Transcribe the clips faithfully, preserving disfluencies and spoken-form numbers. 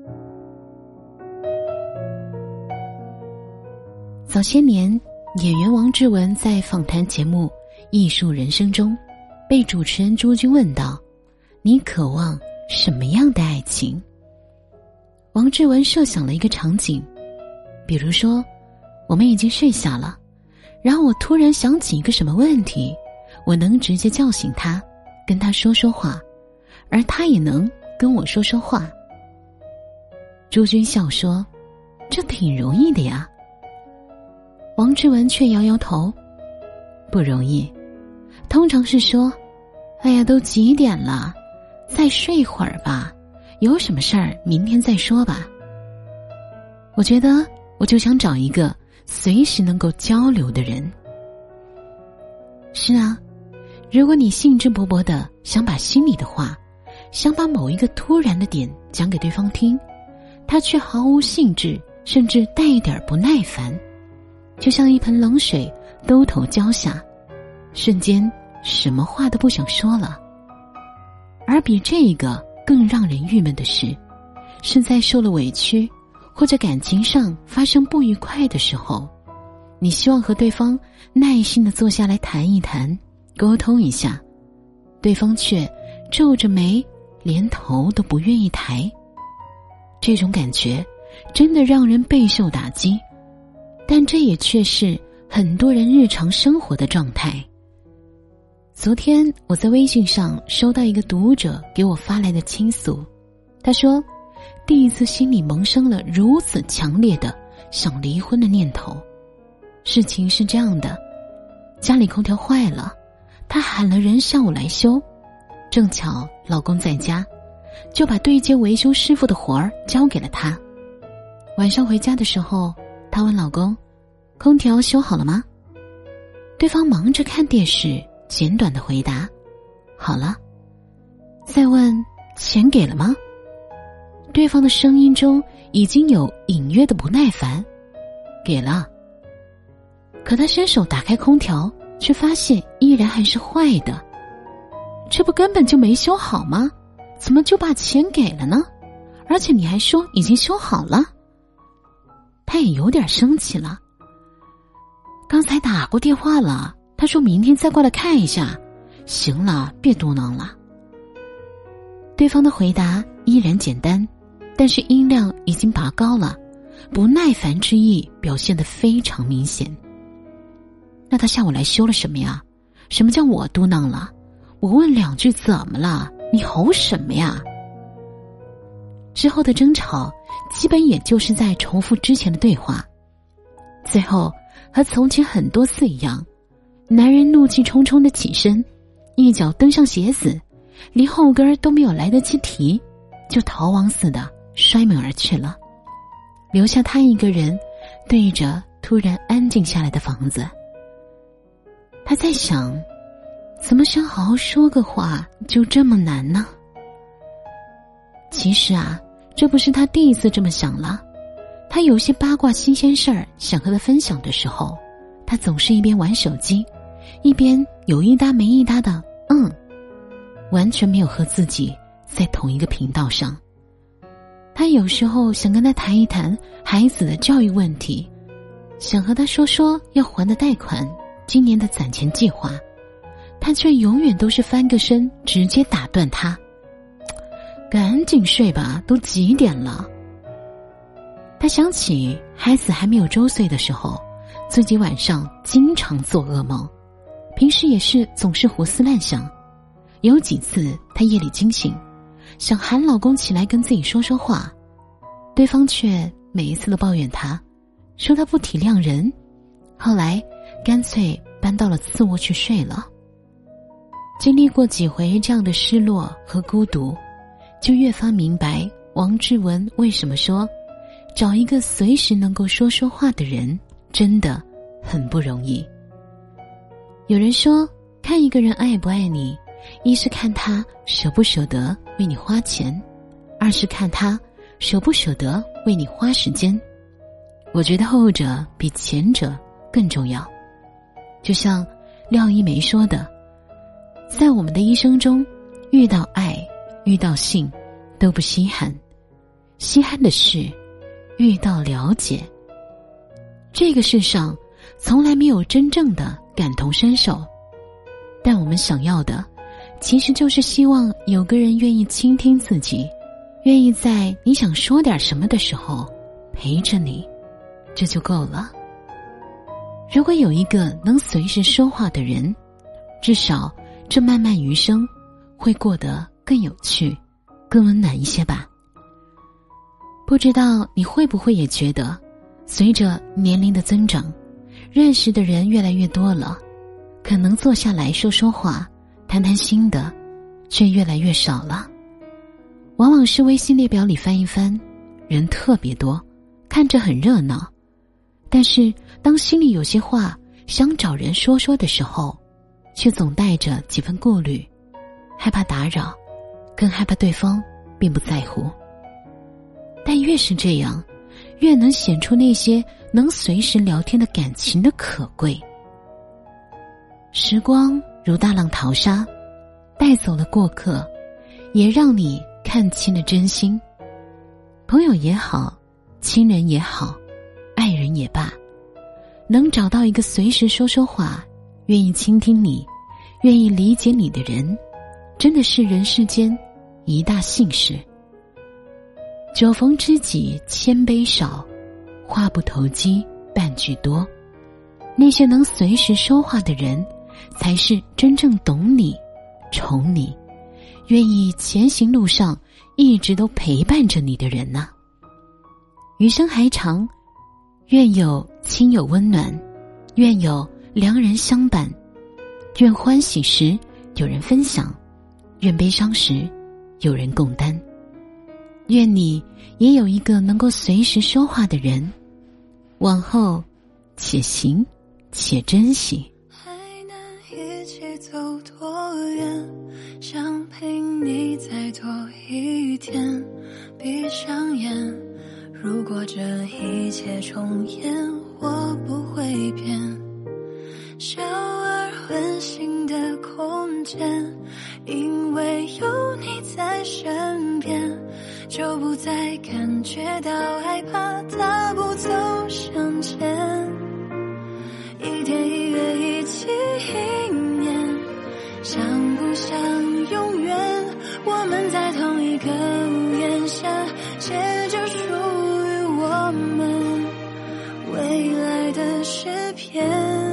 早些年，演员王志文在访谈节目《艺术人生》中，被主持人朱军问到：“你渴望什么样的爱情？”王志文设想了一个场景，比如说，我们已经睡下了，然后我突然想起一个什么问题，我能直接叫醒他，跟他说说话，而他也能跟我说说话。朱军笑说：“这挺容易的呀。”王志文却摇摇头：“不容易，通常是说，哎呀，都几点了，再睡会儿吧，有什么事儿明天再说吧。”我觉得我就想找一个随时能够交流的人。是啊，如果你兴致勃勃的想把心里的话，想把某一个突然的点讲给对方听，他却毫无兴致，甚至带一点不耐烦，就像一盆冷水兜头浇下，瞬间什么话都不想说了。而比这个更让人郁闷的是，是在受了委屈或者感情上发生不愉快的时候，你希望和对方耐心地坐下来谈一谈，沟通一下，对方却皱着眉，连头都不愿意抬。这种感觉真的让人备受打击，但这也却是很多人日常生活的状态。昨天我在微信上收到一个读者给我发来的倾诉，他说第一次心里萌生了如此强烈的想离婚的念头。事情是这样的，家里空调坏了，他喊了人下午来修，正巧老公在家，就把对接维修师傅的活儿交给了他。晚上回家的时候，他问老公：“空调修好了吗？”对方忙着看电视，简短的回答：“好了。”再问：“钱给了吗？”对方的声音中已经有隐约的不耐烦：“给了。”可他伸手打开空调，却发现依然还是坏的。这不根本就没修好吗？怎么就把钱给了呢？而且你还说已经修好了。他也有点生气了。刚才打过电话了，他说明天再过来看一下。行了，别嘟囔了。对方的回答依然简单，但是音量已经拔高了，不耐烦之意表现得非常明显。那他下午来修了什么呀？什么叫我嘟囔了？我问两句怎么了？你吼什么呀？之后的争吵基本也就是在重复之前的对话，最后和从前很多次一样，男人怒气冲冲地起身，一脚蹬上鞋子，连后跟都没有来得及提，就逃亡似的摔门而去了，留下他一个人对着突然安静下来的房子。他在想，怎么想好好说个话就这么难呢？其实啊，这不是他第一次这么想了。他有些八卦新鲜事儿想和他分享的时候，他总是一边玩手机，一边有一搭没一搭的嗯，完全没有和自己在同一个频道上。他有时候想跟他谈一谈孩子的教育问题，想和他说说要还的贷款，今年的攒钱计划，他却永远都是翻个身直接打断他：“赶紧睡吧，都几点了。”他想起孩子还没有周岁的时候，自己晚上经常做噩梦，平时也是总是胡思乱想。有几次他夜里惊醒，想喊老公起来跟自己说说话，对方却每一次都抱怨他，说他不体谅人，后来干脆搬到了次卧去睡了。经历过几回这样的失落和孤独，就越发明白王志文为什么说找一个随时能够说说话的人真的很不容易。有人说，看一个人爱不爱你，一是看他舍不舍得为你花钱，二是看他舍不舍得为你花时间。我觉得后者比前者更重要。就像廖一梅说的，在我们的一生中，遇到爱遇到性都不稀罕， 稀罕的是遇到了解。这个世上从来没有真正的感同身受，但我们想要的其实就是希望有个人愿意倾听自己，愿意在你想说点什么的时候陪着你，这就够了。如果有一个能随时说话的人，至少这漫漫余生会过得更有趣，更温暖一些吧。不知道你会不会也觉得，随着年龄的增长，认识的人越来越多了，可能坐下来说说话谈谈心的却越来越少了。往往是微信列表里翻一翻，人特别多，看着很热闹，但是当心里有些话想找人说说的时候，却总带着几分顾虑，害怕打扰，更害怕对方并不在乎。但越是这样，越能显出那些能随时聊天的感情的可贵。时光如大浪淘沙，带走了过客，也让你看清了真心。朋友也好，亲人也好，爱人也罢，能找到一个随时说说话，愿意倾听你，愿意理解你的人，真的是人世间一大幸事。酒逢知己千杯少，话不投机半句多。那些能随时说话的人，才是真正懂你、宠你，愿意前行路上一直都陪伴着你的人呐、啊。余生还长，愿有亲友温暖，愿有良人相伴，愿欢喜时有人分享，愿悲伤时有人共担。愿你也有一个能够随时说话的人，往后且行且珍惜。 还能一起走多远，想陪你再多一天。闭上眼，如果这一切重演，我不会变。小而温馨的空间，因为有你在身边，就不再感觉到害怕，大步走向前。一天一月一起一年，想不想永远我们在同一个屋檐下，写着属于我们未来的诗篇。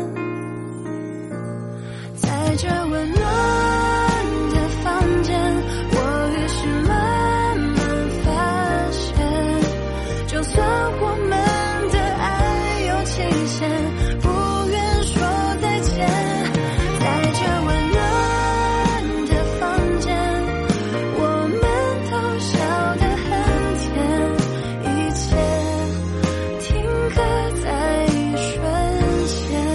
在这温暖的房间，我于是慢慢发现，就算我们的爱有期限，不愿说再见。在这温暖的房间，我们都笑得很甜，一切停格在一瞬间。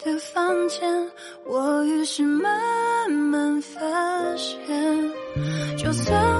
的房间，我于是慢慢发现，就算